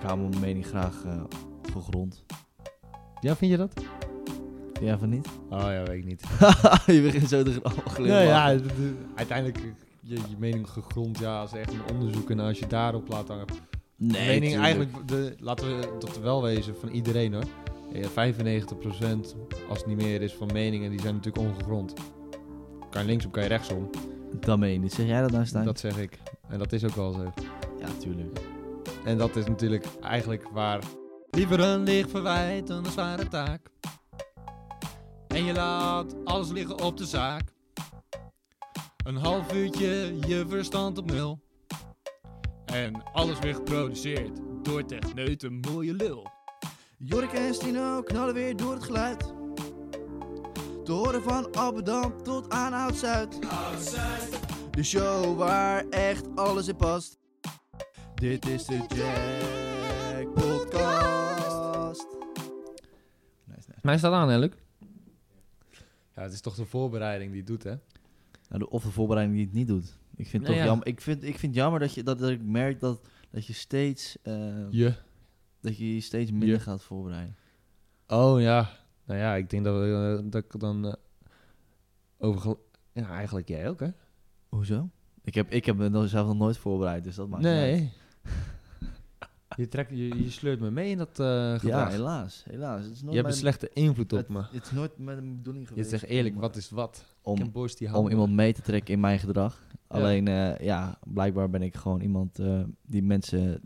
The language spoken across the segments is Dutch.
hou mijn mening graag gegrond. Ja, vind je dat? Vind jij van niet? Oh ja, weet ik niet. Je begint zo te glimlachen. Uiteindelijk je mening gegrond, ja, als echt een onderzoek en als je daarop laat hangen. Nee, De mening tuurlijk. eigenlijk, laten we dat wel wezen, van iedereen hoor. Ja, 95% als het niet meer is van meningen, die zijn natuurlijk ongegrond. Kan je linksom, kan je rechtsom. Dat meen je niet. Zeg jij dat nou, Stijn? Dat zeg ik. En dat is ook wel zo. Ja, tuurlijk. En dat is natuurlijk eigenlijk waar... Liever een licht verwijt dan een zware taak. En je laat alles liggen op de zaak. Een half uurtje je verstand op nul. En alles weer geproduceerd door techneuten mooie lul. Jorik en Stino knallen weer door het geluid. Te horen van Appendam tot aan Oud-Zuid. De show waar echt alles in past. Dit is de Jack Podcast. Nice. Mij staat aan, hè, Luc? Ja, het is toch de voorbereiding die het doet, hè? Nou, of de voorbereiding die het niet doet. Ik vind het Nou toch ja. jammer. Ik vind het jammer dat ik merk dat je steeds... Dat je je steeds minder gaat voorbereiden. Oh ja. Nou ja, ik denk dat ik dan Ja, eigenlijk jij ook, hè? Hoezo? Ik heb me zelf nog nooit voorbereid, dus dat maakt niet uit. Nee. Je sleurt me mee in dat gedrag. Ja, helaas. Het is nooit Je hebt een slechte invloed op me. Het is nooit mijn bedoeling Je geweest. zegt eerlijk, wat is wat? Om, Ik ken boys die om houden. iemand mee te trekken in mijn gedrag. Alleen, blijkbaar ben ik gewoon iemand die mensen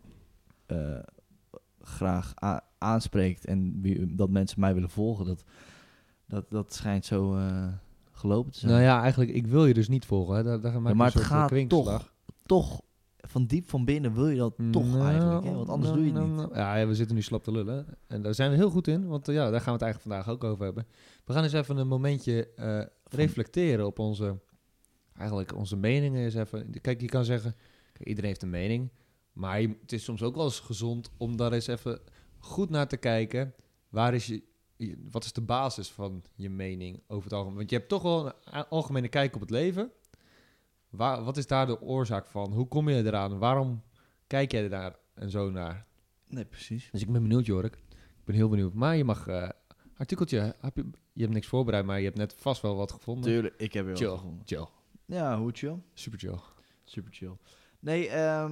graag aanspreekt. En dat mensen mij willen volgen. Dat schijnt zo gelopen te zijn. Nou ja, eigenlijk, ik wil je dus niet volgen. Hè. Daar maak maar je een het soort gaat kwinkslag. toch, van diep van binnen wil je dat toch eigenlijk. Hè? Want anders doe je het niet. Ja, we zitten nu slap te lullen. En daar zijn we heel goed in. Want daar gaan we het eigenlijk vandaag ook over hebben. We gaan eens even een momentje reflecteren op onze meningen. Eens even. Kijk, je kan zeggen, iedereen heeft een mening. Maar het is soms ook wel eens gezond om daar eens even goed naar te kijken. Wat is de basis van je mening over het algemeen? Want je hebt toch wel een algemene kijk op het leven. Wat is daar de oorzaak van? Hoe kom je eraan? Waarom kijk jij daar en zo naar? Nee, precies. Dus ik ben benieuwd, Jorik. Ik ben heel benieuwd. Maar je mag... artikeltje, je hebt niks voorbereid, maar je hebt net vast wel wat gevonden. Tuurlijk, ik heb weer Chill, wat gevonden. chill. Ja, hoe chill? Super chill. Super chill. Nee,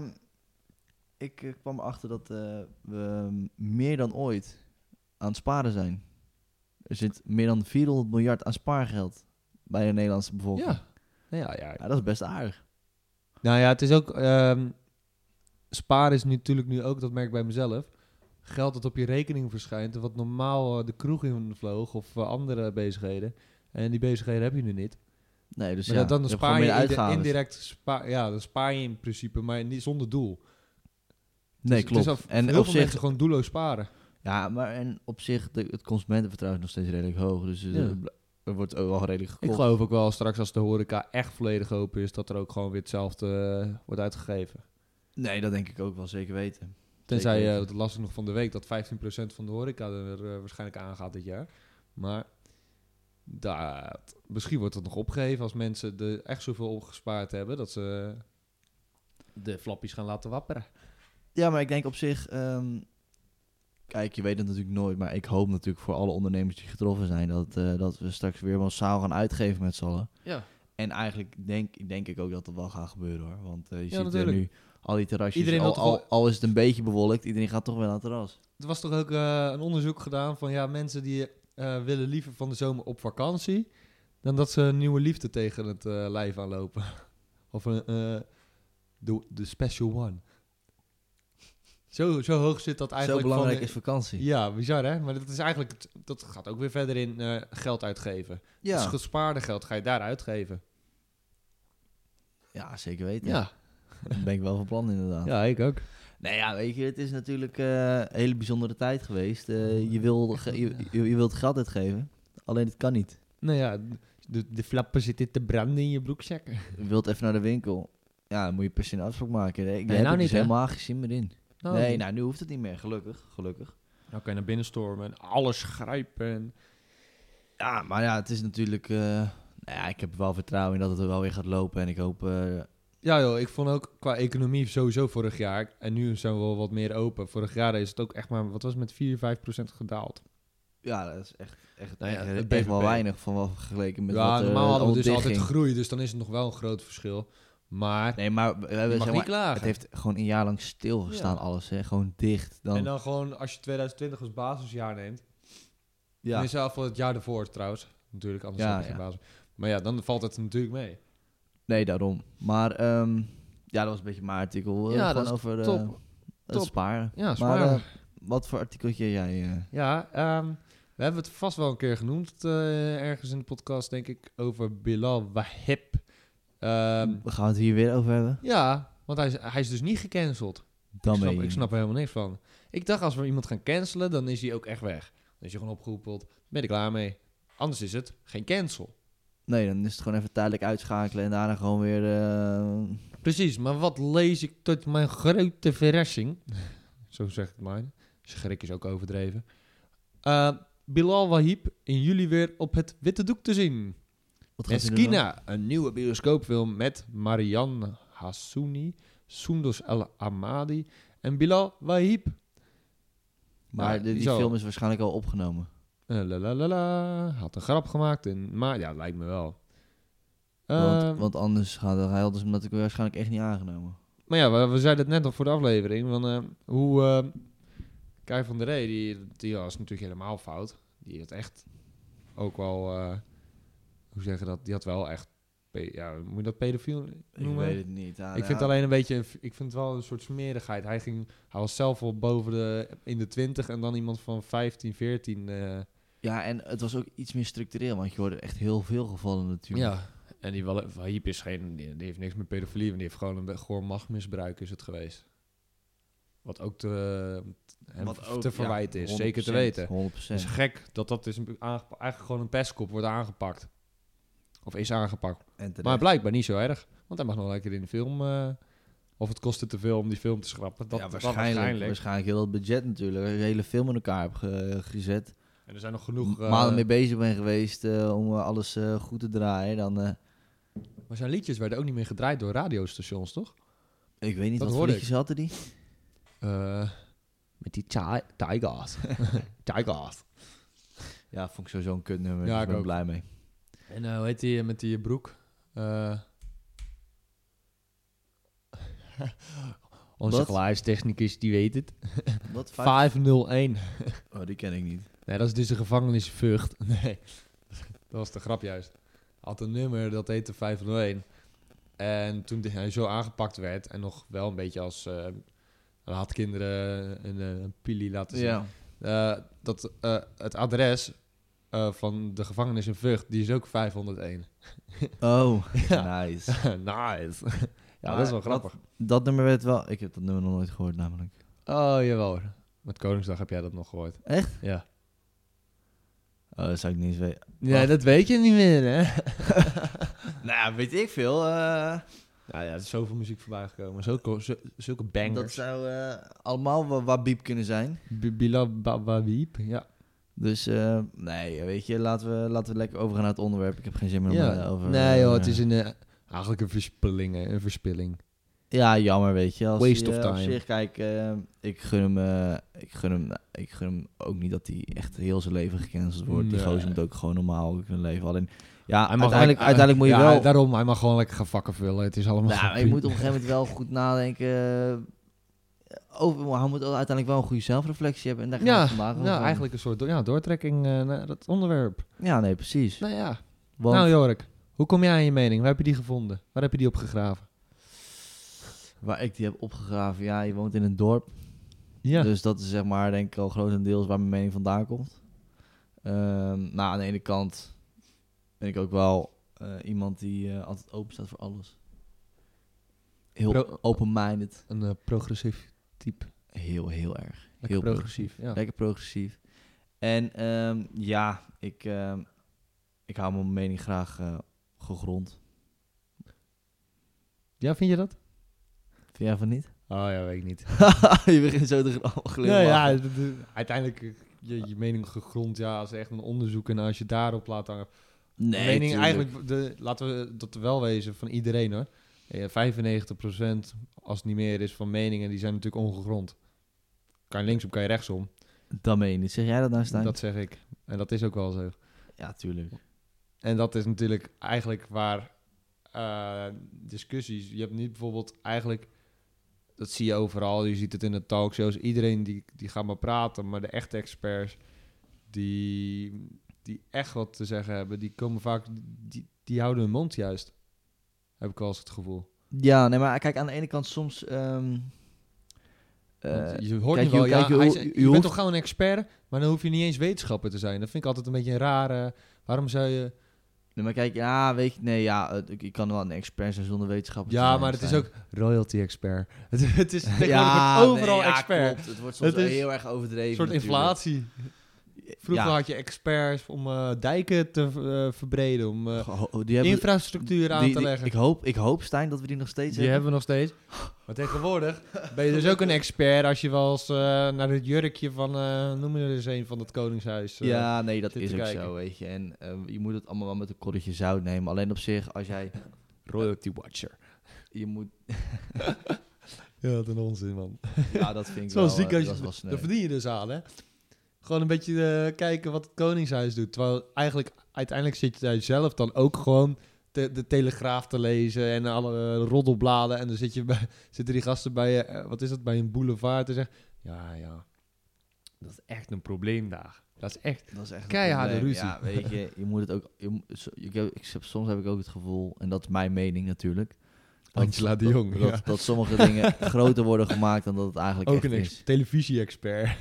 ik kwam erachter dat we meer dan ooit aan het sparen zijn. Er zit meer dan 400 miljard aan spaargeld bij de Nederlandse bevolking. Ja, Ja, dat is best aardig. Nou ja, het is ook... sparen is natuurlijk nu ook, dat merk ik bij mezelf... geld dat op je rekening verschijnt... wat normaal de kroeg in vloog of andere bezigheden. En die bezigheden heb je nu niet. Nee, dus Maar ja, dan je hebt spaar gewoon je meer uitgaven. indirect... dan spaar je in principe, maar niet zonder doel. Nee, klopt. Het is En heel op veel zich, mensen gewoon doelloos sparen. ja, maar en op zich, het consumentenvertrouwen is nog steeds redelijk hoog. Dus er wordt ook wel redelijk gekocht. Ik geloof ook wel straks als de horeca echt volledig open is... dat er ook gewoon weer hetzelfde wordt uitgegeven. Nee, dat denk ik ook wel zeker weten. Tenzij, Zeker weten. dat las ik nog van de week... dat 15% van de horeca er waarschijnlijk aangaat dit jaar. Maar misschien wordt het nog opgegeven... als mensen er echt zoveel opgespaard hebben... dat ze de flappies gaan laten wapperen. Ja, maar ik denk op zich... kijk, je weet het natuurlijk nooit... maar ik hoop natuurlijk voor alle ondernemers die getroffen zijn... dat we straks weer massaal gaan uitgeven met z'n allen. Ja. En eigenlijk denk ik ook dat dat wel gaat gebeuren, hoor. Want je ziet natuurlijk. nu al die terrasjes... Iedereen wil toch wel- al is het een beetje bewolkt... iedereen gaat toch wel naar het terras. Er was toch ook een onderzoek gedaan van... ja, mensen die willen liever van de zomer op vakantie... dan dat ze een nieuwe liefde tegen het lijf aanlopen. Of de special one. Zo hoog zit dat eigenlijk. Zo belangrijk van, is vakantie. Ja, bizar hè? Maar dat is eigenlijk... dat gaat ook weer verder in geld uitgeven. Ja. Dus gespaarde geld ga je daar uitgeven. Ja, zeker weten. Ja, Dat ben ik wel van plan, inderdaad. ja ik ook. Nee, ja, weet je, het is natuurlijk een hele bijzondere tijd geweest. Je wilt geld uitgeven, alleen het kan niet. Nou ja, de flappen zitten te branden in je broekzakken. Je wilt even naar de winkel. Ja, dan moet je per se een afspraak maken. Daar heb nou ik niet, dus hè? helemaal geen zin meer in. Nou, Nee, nou, nu hoeft het niet meer, gelukkig. Nou kan je naar binnen stormen en alles grijpen. En... Ja, maar ja, het is natuurlijk... nou ja, ik heb er wel vertrouwen in dat het er wel weer gaat lopen. En ik hoop Ja joh, ik vond ook qua economie sowieso vorig jaar, en nu zijn we wel wat meer open. Vorig jaar is het ook echt maar, wat was het, met 4-5% gedaald. Ja, dat is echt Nou ja, het echt BBP. wel weinig van wat vergeleken met Ja, wat normaal hadden we dus dichtging. altijd groei, dus dan is het nog wel een groot verschil. Maar Nee, maar we je hebben mag zeg niet maar, klagen. het heeft gewoon een jaar lang stilgestaan, Ja. alles. Hè? Gewoon dicht. En dan gewoon, als je 2020 als basisjaar neemt, ja. dan is het voor het jaar ervoor trouwens. Natuurlijk, anders Ja, heb je geen ja. basis. Maar ja, dan valt het natuurlijk mee. Nee, daarom. Maar ja, dat was een beetje mijn artikel. Ja, gewoon dat is over top. het Top. sparen. Ja, Maar zwaar. wat voor artikeltje jij... Ja, we hebben het vast wel een keer genoemd, ergens in de podcast, denk ik, over Bilal Wahib. we gaan het hier weer over hebben? Ja, want hij is dus niet gecanceld. Dan Ik snap er helemaal niks van. Ik dacht, als we iemand gaan cancelen, dan is hij ook echt weg. Dan is hij gewoon opgeroepeld, ben je er klaar mee. Anders is het geen cancel. Nee, dan is het gewoon even tijdelijk uitschakelen en daarna gewoon weer... Precies, maar wat lees ik tot mijn grote verrassing? Zo zeg ik het maar. Schrik is ook overdreven. Bilal Wahib in juli weer op het witte doek te zien. wat gaat hij doen dan? Eskina, een nieuwe bioscoopfilm met Marianne Hassouni, Soundos El Amadi en Bilal Wahib. Maar Ja, die zo. film is waarschijnlijk al opgenomen. Had een grap gemaakt, maar ja, lijkt me wel. Want anders gaat hij hadden ze hem natuurlijk waarschijnlijk echt niet aangenomen. Maar ja, we zeiden het net nog voor de aflevering. Hoe Kai van der Rey, die was natuurlijk helemaal fout. Die had echt ook wel... hoe zeg je dat? Die had wel echt... moet je dat pedofiel noemen? Ik weet het niet. Ja, Ik vind het alleen een beetje... Ik vind het wel een soort smerigheid. Hij was zelf al boven in de 20 en dan iemand van 15, 14... Ja, en het was ook iets meer structureel, want je hoorde echt heel veel gevallen natuurlijk. ja, en die Wahib is die heeft niks met pedofilie, want die heeft gewoon machtmisbruik is het geweest. Wat ook te verwijten is, zeker te weten. 100%. Het is gek dat is eigenlijk gewoon een pestkop wordt aangepakt. Of is aangepakt. En terecht. Maar blijkbaar niet zo erg, want hij mag nog lekker in de film... of het kostte te veel om die film te schrappen. Ja, waarschijnlijk heel dat budget natuurlijk. Een hele film in elkaar heb gezet. En er zijn nog genoeg... maanden mee bezig ben geweest om alles goed te draaien. Dan, Maar zijn liedjes werden ook niet meer gedraaid door radiostations, toch? ik weet niet, Dat wat voor hoorde liedjes hadden die? Met die Tigers. Tigers. Ja, vond ik sowieso een kutnummer. Ja, dus ik ben ook. blij mee. En hoe heet die met die broek? Onze Wat? geluidstechnicus, die weet het. Wat? 501. Oh, die ken ik niet. Nee, dat is dus een gevangenisvucht. Nee, dat was de grap juist. Hij had een nummer, dat heette 501. En toen hij zo aangepakt werd en nog wel een beetje als... hij had kinderen een pili laten zien. Ja. Het adres van de gevangenis in Vught, die is ook 501. Oh, Ja. nice. Nice. Ja, Maar dat is wel grappig. Dat nummer werd wel... Ik heb dat nummer nog nooit gehoord namelijk. Oh, jawel. Met Koningsdag heb jij dat nog gehoord. Echt? Ja. Oh, dat zou ik niet eens weten. Ja, dat weet je niet meer, hè? Nou, weet ik veel. Nou ja, er is zoveel muziek voorbij gekomen. Zulke Dat bangers. zou allemaal Wabiep kunnen zijn. Bilal Wahib, ja. Dus nee, weet je, laten we lekker overgaan naar het onderwerp. Ik heb geen zin meer om Ja. over... Nee joh, het is eigenlijk een verspilling. Ja, jammer, weet je. Als Waste je, of time. Op zich, kijk, ik gun hem ook niet dat hij echt heel zijn leven gecanceld wordt. Die Nee. gozer moet ook gewoon normaal kunnen leven. Alleen, ja, Hij mag uiteindelijk moet je ja, wel... daarom, hij mag gewoon lekker gaan vakken vullen. Het is allemaal... Nou, maar je moet op een gegeven moment wel goed nadenken over... Maar hij moet uiteindelijk wel een goede zelfreflectie hebben. En daar gaan we Ja, het vandaag over hebben. eigenlijk een soort doortrekking naar dat onderwerp. Ja, nee, precies. Nou ja. Want, Nou Jorik, hoe kom jij aan je mening? Waar heb je die gevonden? Waar heb je die opgegraven? waar ik die heb opgegraven, ja, je woont in een dorp. Ja. Dus dat is zeg maar denk ik al grotendeels waar mijn mening vandaan komt. Nou, aan de ene kant ben ik ook wel iemand die altijd open staat voor alles. Heel open-minded. Een progressief type. Heel erg. Lekker Heel progressief. Ja. Lekker progressief. En ja, ik hou mijn mening graag gegrond. Ja, vind je dat? Vind jij van niet? Oh ja, weet ik niet. Je begint zo te glimlachen. Nee, ja, uiteindelijk je mening gegrond, ja, als echt een onderzoek en als je daarop laat hangen. Nee, mening tuurlijk. eigenlijk, laten we dat wel wezen van iedereen hoor. 95%, als het niet meer is, van meningen, die zijn natuurlijk ongegrond. Kan je linksom, kan je rechtsom. Dat meen je niet. Zeg jij dat nou, Stijn? Dat zeg ik. En dat is ook wel zo. Ja, tuurlijk. En dat is natuurlijk eigenlijk waar discussies... Je hebt niet bijvoorbeeld eigenlijk... Dat zie je overal. Je ziet het in de talkshows. Iedereen die gaat maar praten. Maar de echte experts... Die echt wat te zeggen hebben... Die komen vaak... Die houden hun mond juist. Heb ik wel eens het gevoel. Ja, nee, maar kijk, aan de ene kant soms... Je hoort kijk, nu wel... kijk, je hoeft- bent toch gewoon een expert... Maar dan hoef je niet eens wetenschapper te zijn. Dat vind ik altijd een beetje een rare... Waarom zou je... Nee, maar kijk, ja, weet je... Nee, ja, ik kan wel een expert zijn zonder wetenschapper te Ja, zijn, maar het is Stijn. ook royalty expert. Het is tegenwoordig Ja, wordt overal nee, ja, expert. klopt. Het wordt soms Het is heel erg overdreven. Een soort natuurlijk. inflatie. Vroeger had je experts om dijken te verbreden, om Die hebben, infrastructuur aan te leggen. Ik hoop, Stijn, dat we die nog steeds Die hebben we nog steeds. Maar tegenwoordig ben je dus ook een expert als je wel eens naar het jurkje van, noem je er eens een van het Koningshuis. Ja, nee, dat zit is te ook kijken. zo, weet je. En je moet het allemaal wel met een korreltje zout nemen. Alleen op zich, als jij... Royalty Watcher. Je moet... Ja, wat een onzin, man. Ja, dat vind ik Het is wel ziek als dat is je... wel sneu. Daar verdien je dus aan, hè? Gewoon een beetje kijken wat het Koningshuis doet. Terwijl uiteindelijk zit je daar zelf dan ook gewoon de Telegraaf te lezen en alle roddelbladen. En dan zitten die gasten bij je, wat is dat, bij een boulevard te zeggen... Ja, dat is echt een probleem daar. Dat is echt... Dat is echt een keiharde probleem. ruzie. Ja, weet je, je moet het ook... soms heb ik ook het gevoel, en dat is mijn mening natuurlijk... Angela de Jong, Dat, ja. dat sommige dingen groter worden gemaakt dan dat het eigenlijk Ook echt een is. televisie-expert.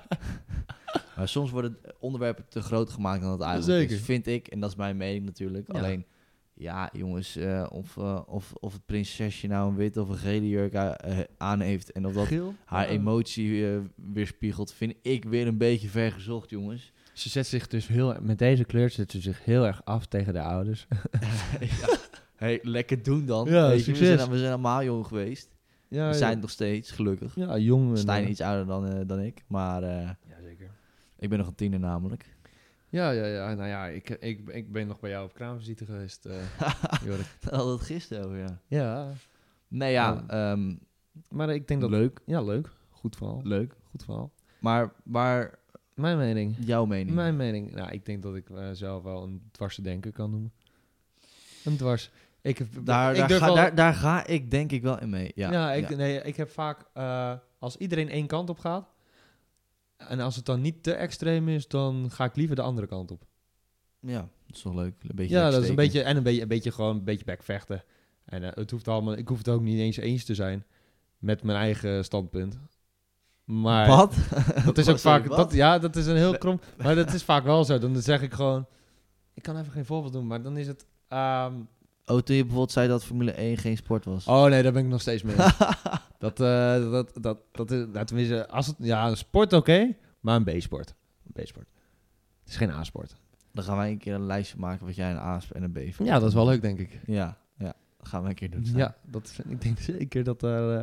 Maar soms worden onderwerpen te groot gemaakt dan het eigenlijk Zeker. is, vind ik. En dat is mijn mening natuurlijk. Ja. Alleen, ja jongens, of het prinsesje nou een witte of een gele jurk aan heeft... en of dat Geel? haar Ja. emotie weerspiegelt, vind ik weer een beetje ver gezocht, jongens. Ze zet zich dus met deze kleur zet ze zich heel erg af tegen de ouders. Ja. Hey, lekker doen dan. Ja, Weet je, succes. we zijn allemaal jong geweest. Ja, We zijn het nog steeds, gelukkig. ja, jong. Stijn iets ouder dan ik, maar Ja, zeker. ik ben nog een tiener namelijk. Ja. Nou ja, ik ben nog bij jou op kraamvisite geweest, Jorik. Daar hadden we het gisteren over, ja. Ja. Nee, ja, Maar ik denk dat... leuk. Ja, leuk. Goed verhaal. Leuk. Goed verhaal. Maar Mijn mening. jouw mening? Mijn mening. Nou, ik denk dat ik zelf wel een dwarse denker kan noemen. Een dwars. Daar ga ik denk ik wel in mee. Ja, Nee, ik heb vaak... als iedereen één kant op gaat... En als het dan niet te extreem is... Dan ga ik liever de andere kant op. Ja, dat is toch leuk. Een beetje Ja, dat is een wegsteken. beetje... En een beetje gewoon een beetje bekvechten. En het hoeft allemaal... Ik hoef het ook niet eens te zijn... Met mijn eigen standpunt. Maar... Wat? Dat is ook Sorry, vaak... wat? Dat is een heel krom... Maar dat is vaak wel zo. Dan zeg ik gewoon... Ik kan even geen voorbeeld doen, maar dan is het... Oh, toen je bijvoorbeeld zei dat Formule 1 geen sport was. Oh nee, daar ben ik nog steeds mee. Dat is... Nou, tenminste, als het... Ja, een sport oké, maar een B-sport. Een B-sport. Het is geen A-sport. Dan gaan wij een keer een lijstje maken wat jij een A en een B vindt. Ja, dat is wel leuk, denk ik. Ja, dat gaan we een keer doen. Stijn. Ja, ik denk zeker dat daar...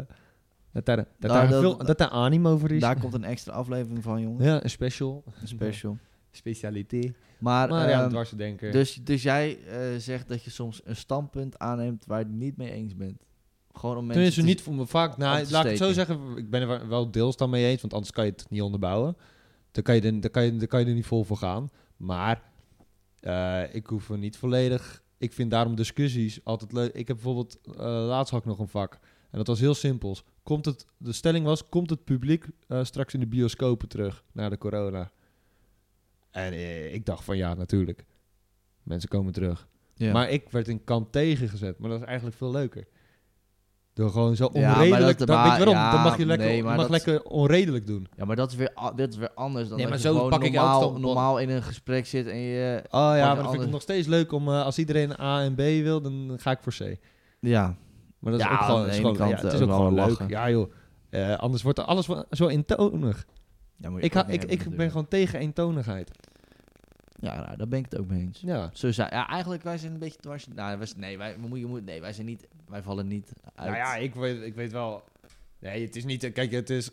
Nou, dat daar animo over is. Daar komt een extra aflevering van, jongens. Ja, een special. Een special. Specialiteit. Maar Maar ja, een dwarsdenker. dus jij zegt dat je soms een standpunt aanneemt waar je het niet mee eens bent. Gewoon om mensen Tenminste, te- niet voor me vaak... Nou, om te laat ik het zo steken. zeggen. Ik ben er wel deels dan mee eens, want anders kan je het niet onderbouwen. Dan kan je er niet vol voor gaan. Maar ik hoef er niet volledig... Ik vind daarom discussies altijd leuk. Ik heb bijvoorbeeld... laatst had ik nog een vak. En dat was heel simpel. De stelling was... Komt het publiek straks in de bioscopen terug na de corona? En ik dacht van ja, natuurlijk. Mensen komen terug. Ja. Maar ik werd in kamp tegengezet. Maar dat is eigenlijk veel leuker. Door gewoon zo Ja, maar onredelijk... dat- weet je waarom? ja, Dan mag je lekker, nee, maar je mag dat- lekker onredelijk doen. Ja, maar dat is weer anders dan Nee, dat maar je zo gewoon pak ik elk standpunt. normaal in een gesprek zit en je... Oh ja, je maar dan vind ik anders- het nog steeds leuk om... als iedereen A en B wil, dan ga ik voor C. Ja, Maar dat is Ja, ook gewoon... aan de is ene gewoon kant, het is ook ook wel gewoon leuk. lachen. Ja joh. Anders wordt alles zo eentonig. ja maar Ik ben gewoon tegen eentonigheid. Ja, nou, daar ben ik het ook mee eens. Ja. Zo zijn, ja, eigenlijk wij zijn een beetje dwars. Nou, wij zijn niet, wij vallen niet uit. Nou ja, ik weet wel... Nee, het is niet... Kijk,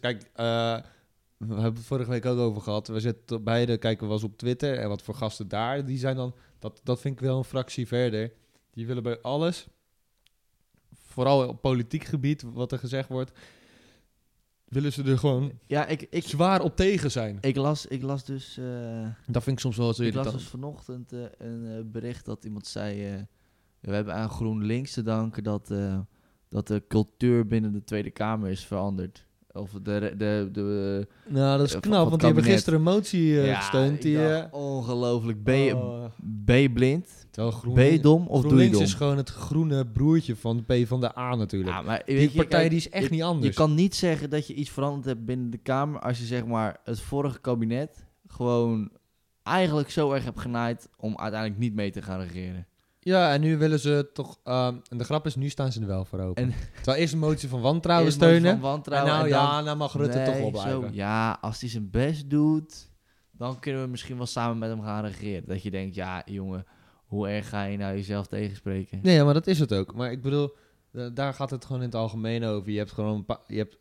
we hebben het vorige week ook over gehad. We zitten beide, kijken wel eens op Twitter. En wat voor gasten daar, die zijn dan... Dat vind ik wel een fractie verder. Die willen bij alles... vooral op politiek gebied, wat er gezegd wordt, willen ze er gewoon Ja, ik zwaar op tegen zijn. Ik las dus... Dat vind ik soms wel zo ik las irritant. dus vanochtend een bericht dat iemand zei... we hebben aan GroenLinks te danken dat de cultuur binnen de Tweede Kamer is veranderd. Of de Nou, dat is van knap, het want die hebben kabinet. gisteren een motie gesteund. Die, ongelooflijk. oh, Ben je blind? terwijl Ben je dom of doe je GroenLinks dom? is gewoon het groene broertje van de P van de A natuurlijk. Ja, maar die weet je, partij kijk, die is echt je, niet anders. Je kan niet zeggen dat je iets veranderd hebt binnen de Kamer als je zeg maar het vorige kabinet gewoon eigenlijk zo erg hebt genaaid om uiteindelijk niet mee te gaan regeren. Ja, en nu willen ze toch... en de grap is, nu staan ze er wel voor open. En- Terwijl eerst een motie van wantrouwen Eerst motie steunen. van wantrouwen en nou en dan- ja, nou mag Rutte Nee, toch wel blijven. zo, ja, als hij zijn best doet, dan kunnen we misschien wel samen met hem gaan regeren. Dat je denkt, ja jongen, hoe erg ga je nou jezelf tegenspreken? Nee, ja, maar dat is het ook. Maar ik bedoel, daar gaat het gewoon in het algemeen over. Je hebt gewoon een je hebt,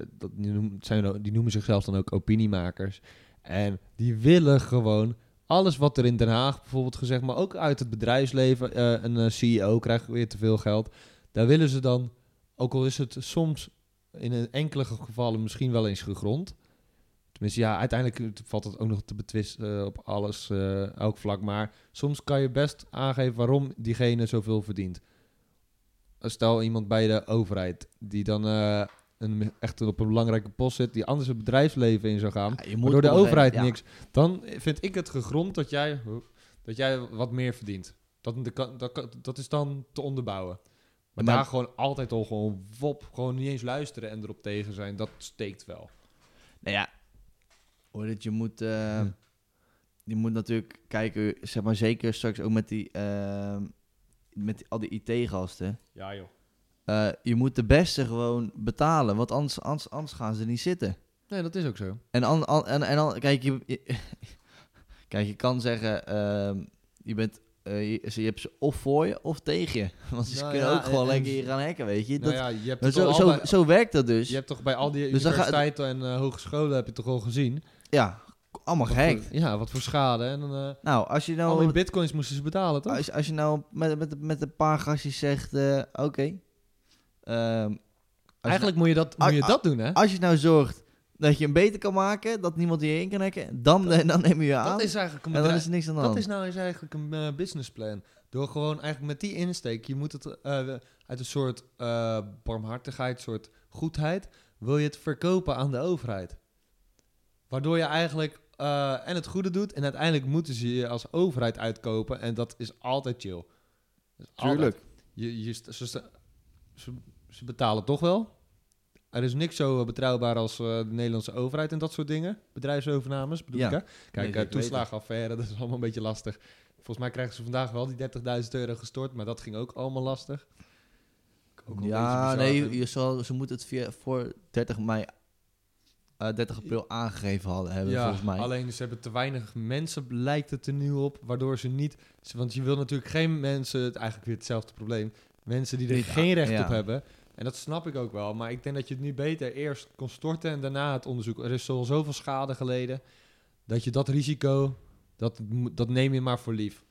die noemen zichzelf dan ook opiniemakers. En die willen gewoon alles wat er in Den Haag bijvoorbeeld gezegd, maar ook uit het bedrijfsleven, een CEO krijgt weer te veel geld. Daar willen ze dan, ook al is het soms in een enkele gevallen misschien wel eens gegrond. Tenminste, ja, uiteindelijk valt het ook nog te betwisten op alles, elk vlak. Maar soms kan je best aangeven waarom diegene zoveel verdient. Stel iemand bij de overheid die dan echt op een belangrijke post zit, die anders het bedrijfsleven in zou gaan, Ja, je moet maar door de op een overheid gegeven- niks. Dan vind ik het gegrond dat jij wat meer verdient. Dat is dan te onderbouwen. Maar Maar- daar gewoon altijd al gewoon wop, gewoon niet eens luisteren en erop tegen zijn, dat steekt wel. Nou ja, hoor het, je moet natuurlijk kijken, zeg maar zeker straks ook met al die IT-gasten. Ja joh. Je moet de beste gewoon betalen, want anders gaan ze niet zitten. Nee, dat is ook zo. En dan kijk, kijk, je kan zeggen, je hebt ze of voor je of tegen je. Want ze Nou kunnen ja, ook gewoon en- lekker hier gaan hacken, weet je. Nou Dat, ja, je hebt maar het al bij- zo werkt dat dus. je hebt toch bij al die Dus dan gaat- universiteiten en hogescholen heb je toch al gezien? Ja, allemaal gehackt. Ja, wat voor schade. En dan, Nou, als je al in nou, bitcoins moesten ze betalen, toch? als je nou met een paar gastjes zegt, oké. Eigenlijk moet je dat doen, hè? Als je nou zorgt dat je hem beter kan maken, dat niemand hierin kan hacken, dan neem je je aan. Dat is eigenlijk een en dan bedrijf. is er niks aan de Dat hand. is nou eens eigenlijk een businessplan. Door gewoon eigenlijk met die insteek, je moet het uit een soort barmhartigheid, soort goedheid, wil je het verkopen aan de overheid. Waardoor je eigenlijk en het goede doet en uiteindelijk moeten ze je als overheid uitkopen en dat is altijd chill. Dat is Tuurlijk. altijd. Ze betalen toch wel. Er is niks zo betrouwbaar als de Nederlandse overheid en dat soort dingen. Bedrijfsovernames bedoel Ja. ik, hè? Nee, Kijk, zeker toeslagenaffaire, dat is allemaal een beetje lastig. Volgens mij krijgen ze vandaag wel die 30.000 euro gestort, maar dat ging ook allemaal lastig. Ook wel een Ja, beetje bizar nee, ze moeten het voor 30 april aangegeven hebben, ja, volgens mij. alleen ze hebben te weinig mensen, lijkt het er nu op, waardoor ze niet... Want je wil natuurlijk geen mensen, eigenlijk weer hetzelfde probleem, mensen die er Niet geen recht ja. op hebben. En dat snap ik ook wel, maar ik denk dat je het nu beter eerst kon storten en daarna het onderzoek. Er is al zoveel schade geleden, dat je dat risico, dat neem je maar voor lief.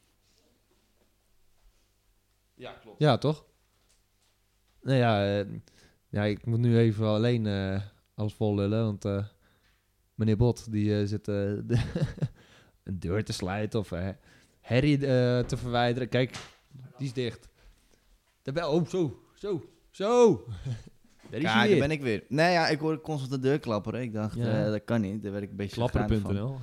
Ja, klopt. Ja, toch? Nou ja, ja, ik moet nu even alleen alles vol lullen, want meneer Bot die zit een deur te sluiten of herrie te verwijderen. Kijk, die is dicht. De bel, oh, zo. Daar is hij Kijk, weer. daar ben ik weer. Nee, ja, ik hoorde constant de deur klapperen. Ik dacht, Ja. dat kan niet. Daar werd ik een beetje chagrijnig van. Klapperen.nl.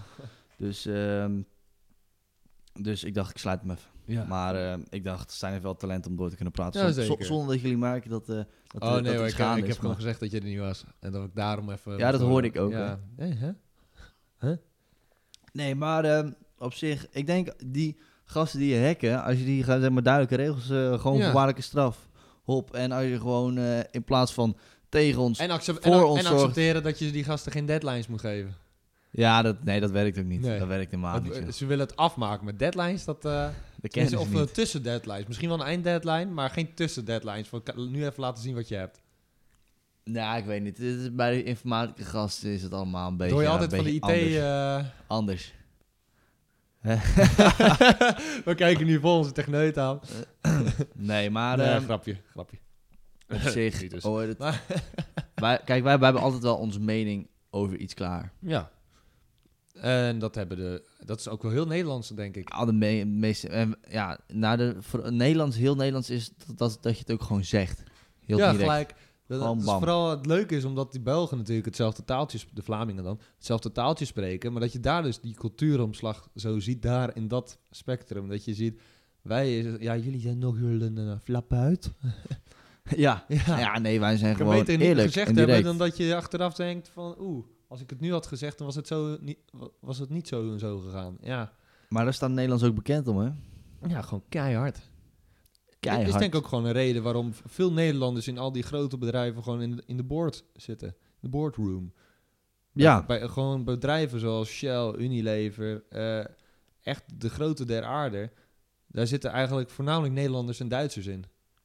Dus ik dacht, ik sluit hem even. Ja. Maar ik dacht, er zijn er wel talent om door te kunnen praten. Ja, Zon- zeker. zonder dat jullie merken dat Oh dat nee hoor, iets ik gaande heb is, gewoon maar- gezegd dat je er niet was. En dat ik daarom even... Ja, dat hoorde ik ook, Ja. Hè? Nee, maar op zich, ik denk die gasten die je hacken, als je die zeg maar duidelijke regels, gewoon Ja. voorwaardelijke straf, hop. En als je gewoon in plaats van tegen ons, En, voor ons en zorgt. accepteren dat je die gasten geen deadlines moet geven. Ja, dat werkt ook niet. Nee. Dat werkt helemaal Want, niet. joh. ze willen het afmaken met deadlines. Dat kennen ze of niet. tussen deadlines. Misschien wel een einddeadline, maar geen tussen deadlines. Voor nu even laten zien wat je hebt. Nou, ik weet niet. Bij de informatica gasten is het allemaal een beetje, Door je ja, altijd een van de beetje IT... anders. We kijken nu vol onze techneut aan. Nee, maar Nee, grapje. op zich... Niet dus. Wij hebben altijd wel onze mening over iets klaar. Ja. En dat is ook wel heel Nederlands, denk ik. Al de meeste... heel Nederlands is dat je het ook gewoon zegt. Heel ja, direct. gelijk. Dat is bam. vooral het leuke is omdat die Belgen natuurlijk hetzelfde taaltje, de Vlamingen dan, hetzelfde taaltje spreken, maar dat je daar dus die cultuuromslag zo ziet daar in dat spectrum. Dat je ziet, jullie zijn nog een flap uit. Ja. Ja. Ja, nee, wij zijn Ik kan gewoon beter niet eerlijk gezegd en hebben direct. dan dat je achteraf denkt van, als ik het nu had gezegd, dan was het niet zo en zo gegaan. Ja. Maar daar staat Nederlands ook bekend om, hè? Ja, gewoon keihard. Keihard. Het is denk ik ook gewoon een reden waarom veel Nederlanders in al die grote bedrijven gewoon in de board zitten. De boardroom. Ja. Bij gewoon bedrijven zoals Shell, Unilever, echt de grote der aarde. Daar zitten eigenlijk voornamelijk Nederlanders en Duitsers in.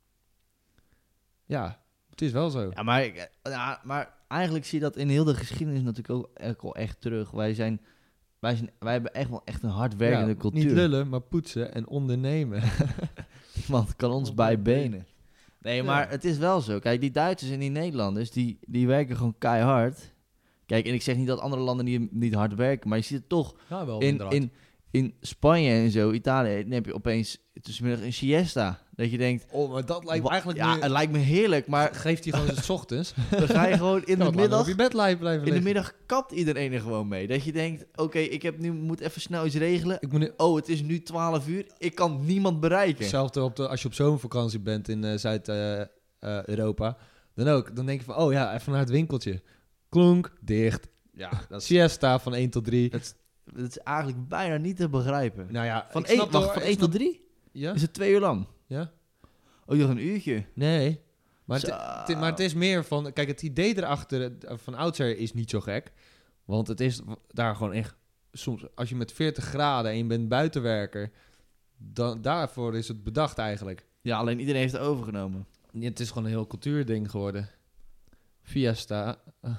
Ja, het is wel zo. Ja, maar eigenlijk zie je dat in heel de geschiedenis natuurlijk ook al echt terug. Wij hebben echt wel echt een hardwerkende Ja, cultuur. niet lullen, maar poetsen en ondernemen. Iemand kan ons bij benen. Nee, maar Ja. het is wel zo. Kijk, die Duitsers en die Nederlanders, die werken gewoon keihard. Kijk, en ik zeg niet dat andere landen niet hard werken, maar je ziet het toch Ja, wel in Spanje en zo, Italië, dan heb je opeens tussenmiddag een siesta. Dat je denkt, Oh, maar dat lijkt me eigenlijk ja, meer... het lijkt me heerlijk, maar Geeft hij gewoon eens 's ochtends. dan ga je gewoon in de middag... op je bed blijven In de liggen. middag kapt iedereen er gewoon mee. Dat je denkt, oké, moet even snel iets regelen. Ik moet nu... Oh, het is nu 12 uur. Ik kan niemand bereiken. Hetzelfde als je op zomervakantie bent in Zuid-Europa. Dan ook. Dan denk je van, oh ja, even naar het winkeltje. Klonk, dicht. Ja, Siesta van 1 tot 3. dat is eigenlijk bijna niet te begrijpen. Nou ja, Van ik snap 1, hoor, van ik 1 tot snap- 3? Ja? Is het 2 uur lang? Ja? Oh, nog een uurtje. Nee. Maar Zo. maar het is meer van... Kijk, het idee erachter van oudsher is niet zo gek. Want het is daar gewoon echt... Soms, als je met 40 graden en je bent buitenwerker... Dan, daarvoor is het bedacht eigenlijk. Ja, alleen iedereen heeft het overgenomen. Het is gewoon een heel cultuurding geworden. Fiesta.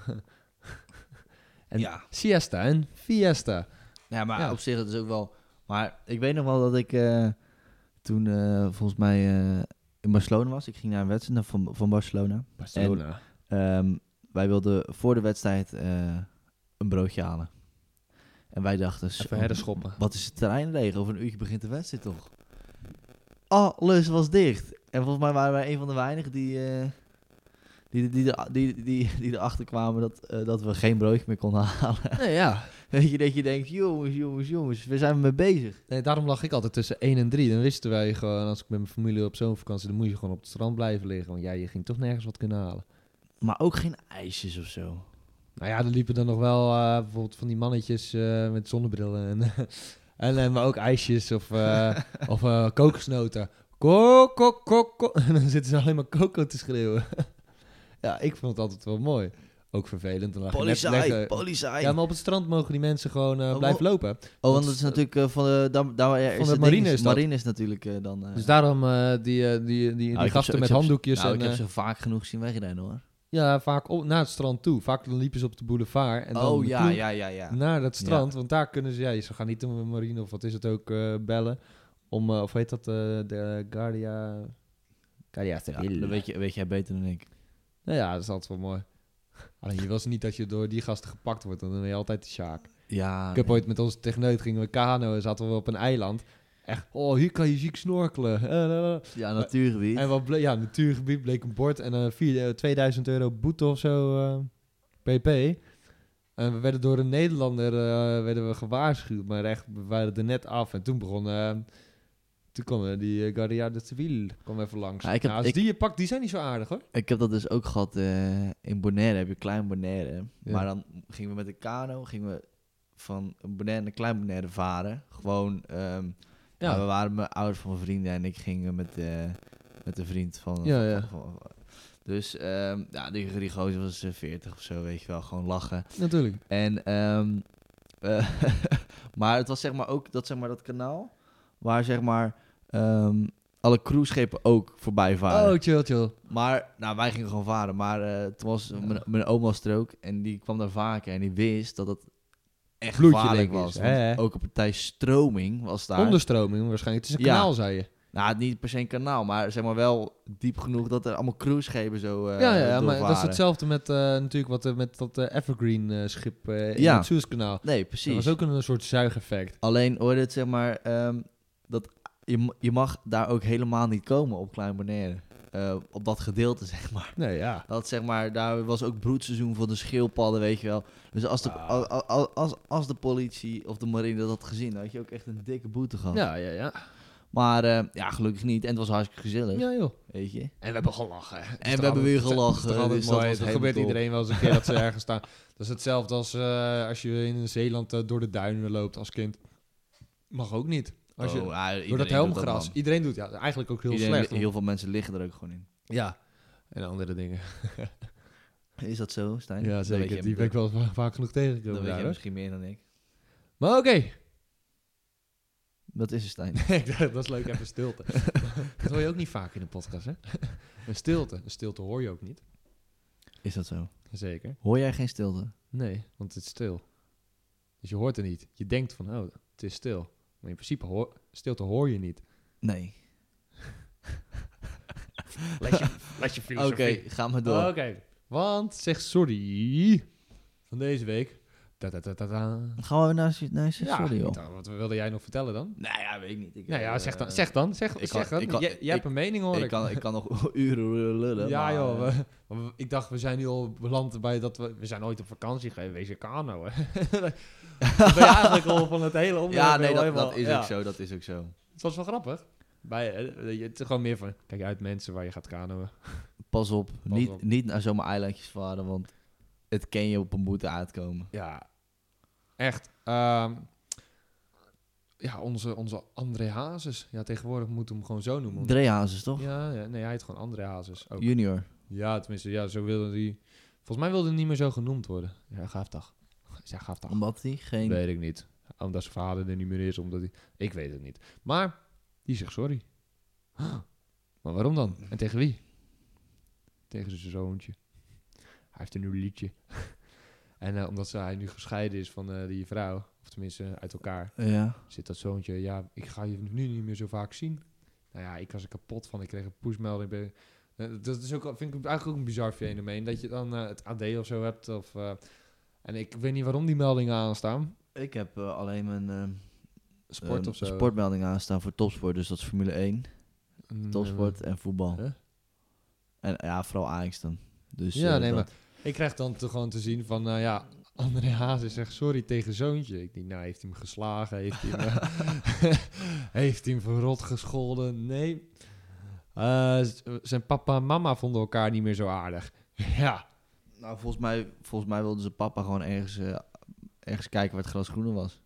En Ja. siesta en fiesta. Ja, maar Ja. op zich het is ook wel... Maar ik weet nog wel dat ik toen volgens mij in Barcelona was. Ik ging naar een wedstrijd van Barcelona. Barcelona. Wij wilden voor de wedstrijd een broodje halen. En wij dachten... Even herdenschoppen. Wat is het terrein leeg? Over een uurtje begint de wedstrijd toch? Alles was dicht. En volgens mij waren wij een van de weinigen die erachter kwamen dat we geen broodje meer konden halen. Nee, ja. Weet je, dat je denkt, jongens, we zijn mee bezig. Nee, daarom lag ik altijd tussen 1 en 3. Dan wisten wij gewoon, als ik met mijn familie op zo'n vakantie... dan moet je gewoon op het strand blijven liggen. Want ja, je ging toch nergens wat kunnen halen. Maar ook geen ijsjes of zo. Nou ja, er liepen dan nog wel bijvoorbeeld van die mannetjes met zonnebrillen. Maar ook ijsjes of kokosnoten. Kok. En dan zitten ze alleen maar koko te schreeuwen. Ja, ik vond het altijd wel mooi. Ook vervelend. Dan lag je net leggen. Politie. Ja, maar op het strand mogen die mensen gewoon blijven lopen. want dat is natuurlijk van de... Van de marine is dat. Marine is natuurlijk dan... Dus daarom die gasten met handdoekjes. Ik heb ze vaak genoeg zien wegrennen, hoor. Ja, vaak naar het strand toe. Vaak dan liepen ze op de boulevard. En dan de ploeg ja. naar dat strand. Want daar kunnen ze... ze gaan niet om een marine of wat is het ook bellen. Om, of heet dat? De Guardia Civil. Dat weet jij beter dan ik. Nou ja, dat is altijd wel mooi. Alleen je wil ze niet dat je door die gasten gepakt wordt. Dan ben je altijd de sjaak. Ja. Ik heb ooit met onze techneut gingen we kanoën. Zaten we op een eiland. Echt, hier kan je ziek snorkelen. Ja, natuurgebied. En natuurgebied bleek een bord en 2000 euro boete of zo, pp. En we werden door een Nederlander werden we gewaarschuwd, maar echt, we waren er net af. En toen toen kwam die Guardia Civil kwam even langs. Ja, als die je pakt, die zijn niet zo aardig hoor. Ik heb dat dus ook gehad in Bonaire. Heb je klein Bonaire. Ja. Maar dan gingen we met de kano van Bonaire naar Klein Bonaire varen. Gewoon... we waren met ouders van mijn vrienden en ik ging met de vriend van... Dus die gozer was 40 of zo, weet je wel. Gewoon lachen. Natuurlijk. En, maar het was zeg maar ook dat kanaal waar zeg maar alle cruiseschepen ook voorbij varen. Oh, chill. Maar, wij gingen gewoon varen. Maar toen was mijn oma was er ook en die kwam daar vaker en die wist dat het echt Vloedje gevaarlijk denk ik was. is, Want hè? ook een partij stroming was daar. Onderstroming waarschijnlijk. Het is een kanaal, zei je. Nou, niet per se een kanaal, maar zeg maar wel diep genoeg dat er allemaal cruiseschepen zo maar dat is hetzelfde met natuurlijk met dat Evergreen schip in het Suezkanaal. Nee, precies. Dat was ook een soort zuigeffect. Alleen hoorde het zeg maar dat je mag daar ook helemaal niet komen op Klein Bonaire. Op dat gedeelte, zeg maar. Nee, ja. Dat zeg maar, daar was ook broedseizoen voor de schildpadden, weet je wel. Dus als de politie of de marine dat had gezien, dan had je ook echt een dikke boete gehad. Ja. Maar gelukkig niet. En het was hartstikke gezellig. Ja, joh. Weet je. En we hebben gelachen. En we hebben weer gelachen. Dat is altijd dus mooi. dat Dat gebeurt iedereen wel eens een keer dat ze ergens staan. Dat is hetzelfde als je in Zeeland door de duinen loopt als kind. Mag ook niet. Als je, door dat helmgras. Iedereen doet eigenlijk ook heel slecht. Heel veel mensen liggen er ook gewoon in. Ja. En andere dingen. Is dat zo, Stijn? Ja, zeker. Die ben ik wel vaak genoeg tegengekomen. Dat weet je misschien meer dan ik. Maar oké. Wat is er, Stijn? Dat is leuk, even stilte. Dat hoor je ook niet vaak in de podcast, hè? Een stilte hoor je ook niet. Is dat zo? Zeker. Hoor jij geen stilte? Nee, want het is stil. Dus je hoort het niet. Je denkt van, het is stil. Maar in principe, stilte hoor je niet. Nee. Laat je filosofie. Oké, ga maar door. Oké, want zeg sorry van deze week. Gaan we naar sorry, joh. Wat wilde jij nog vertellen dan? Nou ja, weet ik niet. Zeg dan. Je hebt een mening, hoor. Ik kan nog uren lullen. Ja, joh. Ik dacht, we zijn nu al beland bij dat we zijn ooit op vakantie geweest. Wees je kano, hè. Dat ben je eigenlijk al van het hele onderwerp. Ja, nee, dat is ook zo. Het was wel grappig. Het is gewoon meer van, kijk uit mensen waar je gaat kanoën. Pas op. Niet naar zomaar eilandjes varen, want het kan je op een boete uitkomen. Ja, echt. Onze André Hazes. Ja, tegenwoordig moeten we hem gewoon zo noemen. André Hazes, toch? Ja, nee, hij heet gewoon André Hazes. Ook. Junior. Ja, tenminste, zo wilde hij. Volgens mij wilde hij niet meer zo genoemd worden. Ja, gaaf toch. Omdat hij geen... Weet ik niet. Omdat zijn vader er niet meer is, omdat hij... Ik weet het niet. Maar, die zegt sorry. Maar waarom dan? En tegen wie? Tegen zijn zoontje. Hij heeft een nieuw liedje. En omdat hij nu gescheiden is van die vrouw, of tenminste uit elkaar, zit dat zoontje, ik ga je nu niet meer zo vaak zien. Nou ja, ik was er kapot van. Ik kreeg een pushmelding. Dat is ook, vind ik eigenlijk ook een bizar fenomeen, dat je dan het AD of zo hebt. En ik weet niet waarom die meldingen aanstaan. Ik heb alleen mijn sport of zo. Sportmelding aanstaan voor topsport, dus dat is Formule 1. Topsport en voetbal. En vooral Ajax dan. Dus, maar ik krijg dan gewoon te zien van, André Hazes zegt sorry tegen zoontje. Ik denk, heeft hij hem geslagen? Heeft hij hem verrot gescholden? Nee. Zijn papa en mama vonden elkaar niet meer zo aardig. Ja. Nou, volgens mij wilden ze papa gewoon ergens kijken waar het gras groener was.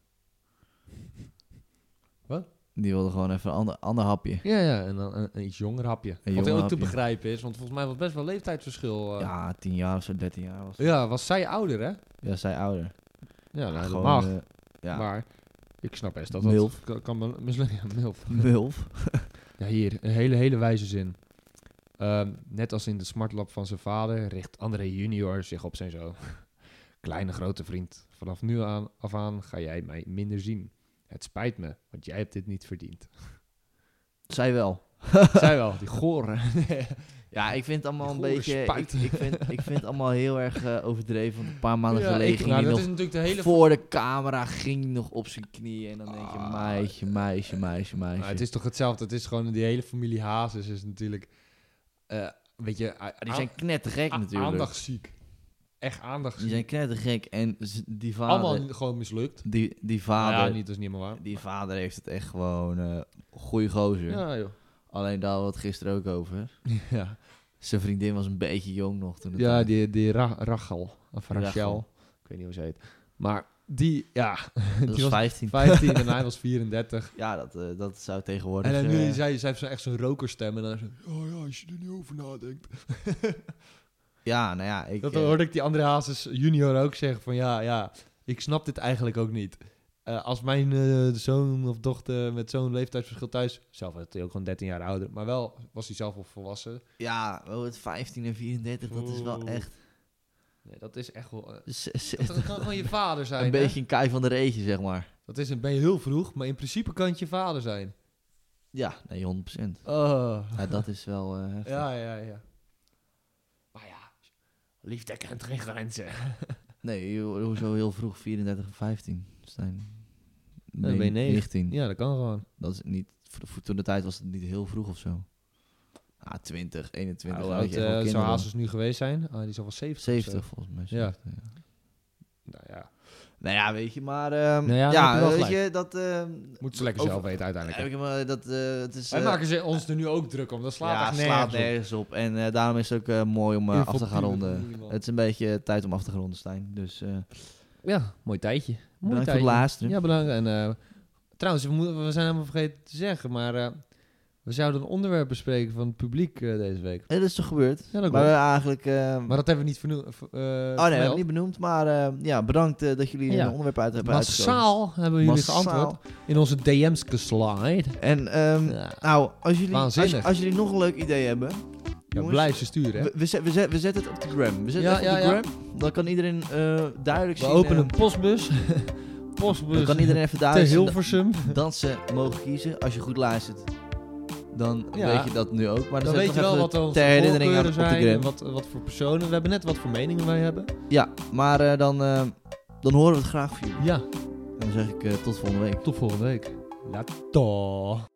Wat? Die wilde gewoon even een ander hapje. Ja, en dan een iets jonger hapje. Wat ook te begrijpen is, want volgens mij was best wel leeftijdsverschil. 10 jaar of zo, 13 jaar was het. Ja, was zij ouder, hè? Ja, zij ouder. Ja, nou, dat mag. Maar ik snap best dat Milf. Dat kan mislukken. Milf. Ja, hier, een hele wijze zin. Net als in de smartlap van zijn vader richt André junior zich op zijn zoon. Kleine grote vriend, vanaf nu af aan ga jij mij minder zien. Het spijt me, want jij hebt dit niet verdiend. Zij wel. Die goren. Ja, ik vind het allemaal een beetje... Ik vind het allemaal heel erg overdreven. Want een paar maanden geleden ging hij nog... Voor de camera ging hij nog op zijn knieën. En dan denk je, meisje. Maar het is toch hetzelfde. Het is gewoon die hele familie Hazes is natuurlijk... weet je... die zijn knettergek natuurlijk. Aandachtsziek. Echt aandachtsziek. Die zijn knettergek. En die vader... Allemaal gewoon mislukt. Die vader... dat is niet helemaal waar. Die vader heeft het echt gewoon... goeie gozer. Ja, joh. Alleen daar hadden we het gisteren ook over. Ja. Zijn vriendin was een beetje jong nog toen. Die Rachel. Of Rachel. Ik weet niet hoe ze heet. Maar die, dat die was 15 en hij was 34. Ja, dat zou tegenwoordig... En nu zij heeft echt zo'n rokerstem. En dan zo, als je er niet over nadenkt. Ja, nou ja. Dat hoorde ik die André Hazes junior ook zeggen van ik snap dit eigenlijk ook niet. Als mijn zoon of dochter met zo'n leeftijdsverschil thuis... Zelf was hij ook gewoon 13 jaar ouder. Maar wel was hij zelf al volwassen. Ja, het 15 en 34, dat is wel echt... Nee, dat is echt wel... dat kan gewoon je vader zijn. Een beetje een Kai van der Reetje, zeg maar. Ben je heel vroeg, maar in principe kan het je vader zijn. Ja, nee, 100%. Oh. Ja, dat is wel heftig. Ja. Maar ja, liefde kent geen grenzen. Nee, hoezo heel vroeg 34 en 15, Stijn? Dan ben je 19. Ja, dat kan gewoon. Dat is niet, voor toen de tijd was het niet heel vroeg of zo. 20, 21. Hoe oud zou Hazes nu geweest zijn? Die zal wel 70 70 volgens mij. 70, ja. Nou ja. Nou ja, weet je, maar... weet je, dat... Moeten ze lekker zelf weten uiteindelijk. Het is, wij maken ze ons er nu ook druk om. Dat slaat echt nergens op. En daarom is het ook mooi om af te gaan ronden. Het is een beetje tijd om af te gaan ronden, Stijn. Dus... ja, mooi tijdje. Bedankt voor het luisteren. Ja, bedankt. En trouwens, we zijn helemaal vergeten te zeggen, maar... we zouden een onderwerp bespreken van het publiek deze week. Dat is toch gebeurd? Ja, dat maar we eigenlijk... maar dat hebben we niet vernoemd. nee, hebben we niet benoemd. Maar bedankt dat jullie een onderwerp uit hebben uitgekozen. Massaal hebben jullie geantwoord in onze DM's geslide. En nou, als jullie nog een leuk idee hebben... Jongens, blijf ze sturen. Hè? We zetten het op de gram. We zetten het op de gram. Dan kan iedereen duidelijk zien... We openen een postbus. Dan kan iedereen even duidelijk zien Hilversum. Dat ze mogen kiezen als je goed luistert. Dan weet je dat nu ook. Maar dan weet je wel wat onze voorkeuren zijn en wat voor personen. We hebben net wat voor meningen wij hebben. Ja, maar dan horen we het graag van jullie. Ja. En dan zeg ik tot volgende week. Tot volgende week. Lato.